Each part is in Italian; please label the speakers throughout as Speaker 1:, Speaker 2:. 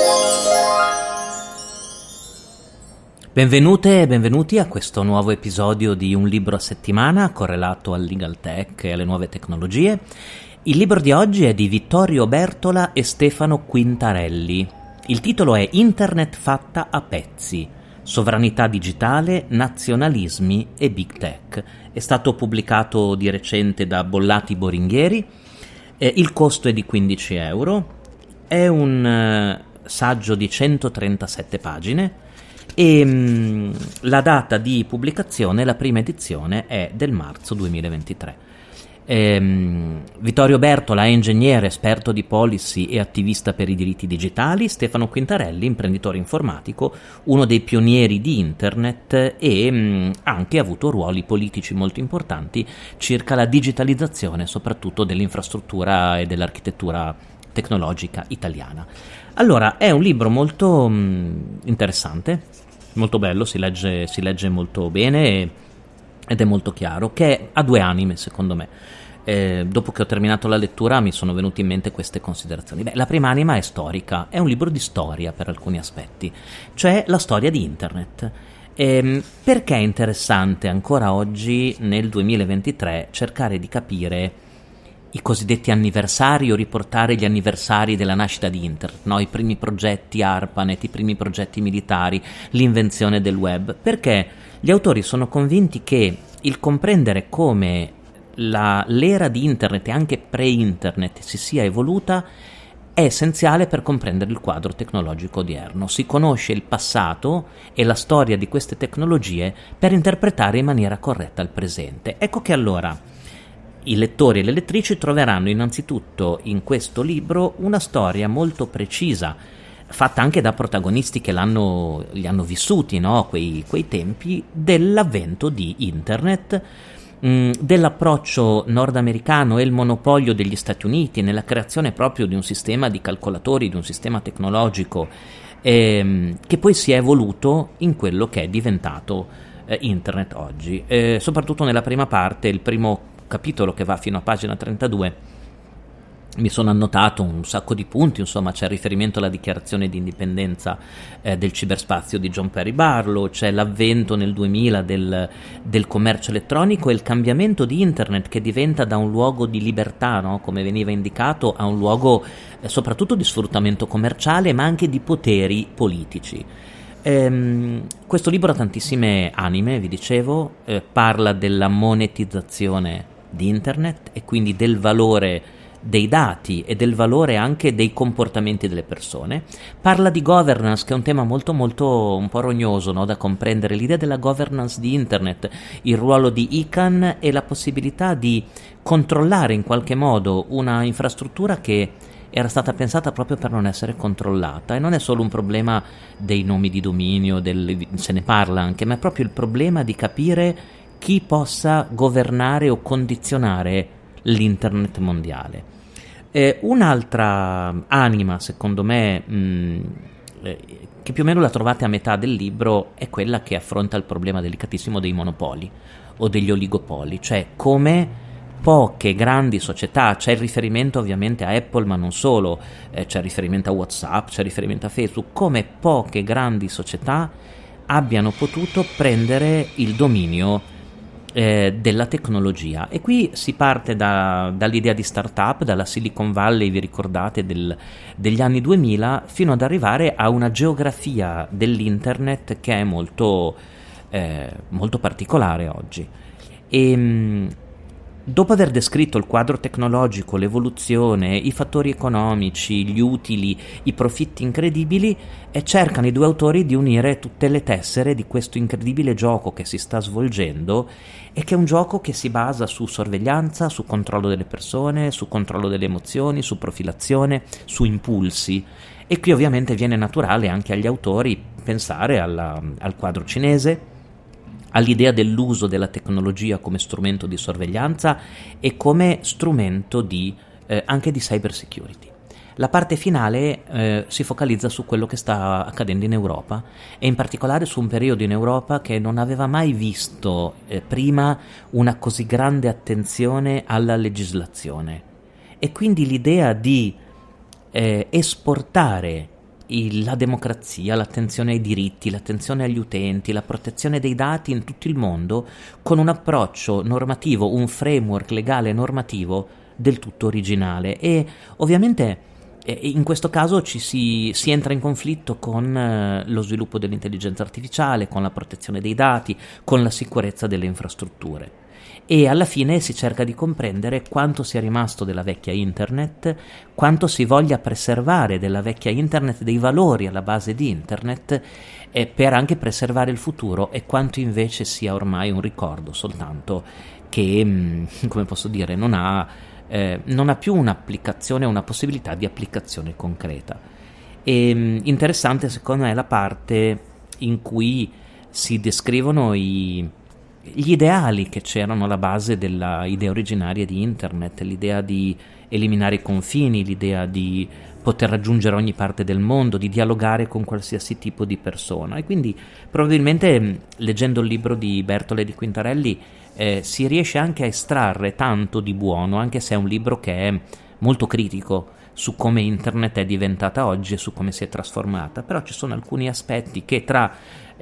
Speaker 1: Benvenute e benvenuti a questo nuovo episodio di Un libro a settimana correlato al legal tech e alle nuove tecnologie. Il libro di oggi è di Vittorio Bertola e Stefano Quintarelli. Il titolo è Internet fatta a pezzi, sovranità digitale, nazionalismi e big tech. È stato pubblicato di recente da Bollati Boringhieri. Il costo è di 15 euro. È un saggio di 137 pagine. E la data di pubblicazione, la prima edizione, è del marzo 2023. Vittorio Bertola è ingegnere, esperto di policy e attivista per i diritti digitali. Stefano Quintarelli, imprenditore informatico, uno dei pionieri di internet e ha anche avuto ruoli politici molto importanti circa la digitalizzazione, soprattutto dell'infrastruttura e dell'architettura tecnologica italiana. Allora, è un libro molto interessante, molto bello, si legge molto bene ed è molto chiaro, che ha due anime secondo me. Dopo che ho terminato la lettura mi sono venute in mente queste considerazioni. La prima anima è storica, è un libro di storia per alcuni aspetti, cioè la storia di internet. Perché è interessante ancora oggi, nel 2023, cercare di capire i cosiddetti anniversari o riportare gli anniversari della nascita di internet, no? I primi progetti ARPANET, i primi progetti militari, l'invenzione del web, perché gli autori sono convinti che il comprendere come l'era di internet e anche pre-internet si sia evoluta è essenziale per comprendere il quadro tecnologico odierno. Si conosce il passato e la storia di queste tecnologie per interpretare in maniera corretta il presente. Ecco che allora i lettori e le lettrici troveranno innanzitutto in questo libro una storia molto precisa, fatta anche da protagonisti che li hanno vissuti, no? quei tempi, dell'avvento di internet, dell'approccio nordamericano e il monopolio degli Stati Uniti nella creazione proprio di un sistema di calcolatori, di un sistema tecnologico che poi si è evoluto in quello che è diventato internet oggi. Soprattutto nella prima parte, il primo capitolo che va fino a pagina 32, mi sono annotato un sacco di punti. Insomma, c'è il riferimento alla dichiarazione di indipendenza del ciberspazio di John Perry Barlow, c'è l'avvento nel 2000 del commercio elettronico e il cambiamento di internet, che diventa da un luogo di libertà, no? Come veniva indicato, a un luogo soprattutto di sfruttamento commerciale, ma anche di poteri politici. Questo libro ha tantissime anime, vi dicevo, parla della monetizzazione di internet e quindi del valore dei dati e del valore anche dei comportamenti delle persone. Parla di governance, che è un tema molto molto un po' rognoso, no? Da comprendere, l'idea della governance di internet, il ruolo di ICANN e la possibilità di controllare in qualche modo una infrastruttura che era stata pensata proprio per non essere controllata. E non è solo un problema dei nomi di dominio, se ne parla anche, ma è proprio il problema di capire chi possa governare o condizionare l'internet mondiale. Un'altra anima, secondo me, che più o meno la trovate a metà del libro, è quella che affronta il problema delicatissimo dei monopoli o degli oligopoli, cioè come poche grandi società, c'è il riferimento ovviamente a Apple ma non solo, c'è il riferimento a WhatsApp, c'è il riferimento a Facebook, come poche grandi società abbiano potuto prendere il dominio della tecnologia. E qui si parte dall'idea di startup, dalla Silicon Valley, vi ricordate, degli anni 2000, fino ad arrivare a una geografia dell'internet che è molto particolare oggi. E dopo aver descritto il quadro tecnologico, l'evoluzione, i fattori economici, gli utili, i profitti incredibili, cercano i due autori di unire tutte le tessere di questo incredibile gioco che si sta svolgendo, e che è un gioco che si basa su sorveglianza, su controllo delle persone, su controllo delle emozioni, su profilazione, su impulsi. E qui ovviamente viene naturale anche agli autori pensare al quadro cinese, all'idea dell'uso della tecnologia come strumento di sorveglianza e come strumento anche di cyber security. La parte finale si focalizza su quello che sta accadendo in Europa, e in particolare su un periodo in Europa che non aveva mai visto prima una così grande attenzione alla legislazione, e quindi l'idea di esportare la democrazia, l'attenzione ai diritti, l'attenzione agli utenti, la protezione dei dati in tutto il mondo con un approccio normativo, un framework legale normativo del tutto originale. E ovviamente in questo caso si entra in conflitto con lo sviluppo dell'intelligenza artificiale, con la protezione dei dati, con la sicurezza delle infrastrutture. E alla fine si cerca di comprendere quanto sia rimasto della vecchia internet, quanto si voglia preservare della vecchia internet, dei valori alla base di internet, per anche preservare il futuro, e quanto invece sia ormai un ricordo soltanto che, come posso dire, non ha più un'applicazione, una possibilità di applicazione concreta. E interessante secondo me la parte in cui si descrivono gli ideali che c'erano alla base della idea originaria di internet, l'idea di eliminare i confini, l'idea di poter raggiungere ogni parte del mondo, di dialogare con qualsiasi tipo di persona. E quindi probabilmente leggendo il libro di Bertola e di Quintarelli si riesce anche a estrarre tanto di buono, anche se è un libro che è molto critico su come internet è diventata oggi e su come si è trasformata. Però ci sono alcuni aspetti che, tra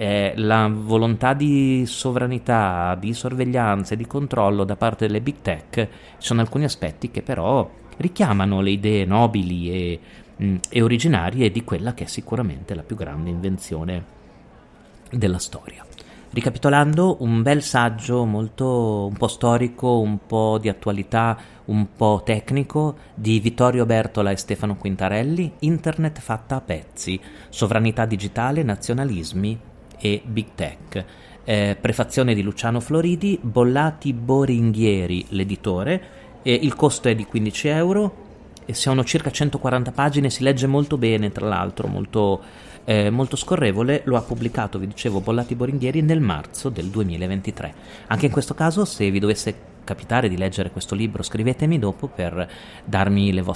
Speaker 1: la volontà di sovranità, di sorveglianza e di controllo da parte delle big tech, ci sono alcuni aspetti che però richiamano le idee nobili e originarie di quella che è sicuramente la più grande invenzione della storia. Ricapitolando, un bel saggio un po' storico, un po' di attualità, un po' tecnico, di Vittorio Bertola e Stefano Quintarelli, Internet fatta a pezzi, sovranità digitale, nazionalismi e big tech. Prefazione di Luciano Floridi, Bollati Boringhieri l'editore, il costo è di 15 euro e sono circa 140 pagine, si legge molto bene, tra l'altro molto scorrevole. Lo ha pubblicato, vi dicevo, Bollati Boringhieri nel marzo del 2023. Anche in questo caso, se vi dovesse capitare di leggere questo libro, scrivetemi dopo per mandarmi le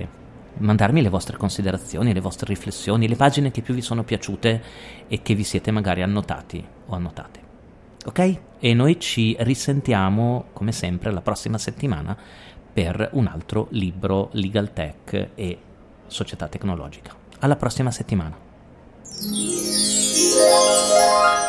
Speaker 1: vostre considerazioni, le vostre riflessioni, le pagine che più vi sono piaciute e che vi siete magari annotati o annotate. Ok? E noi ci risentiamo come sempre la prossima settimana per un altro libro Legal Tech e società tecnologica. Alla prossima settimana.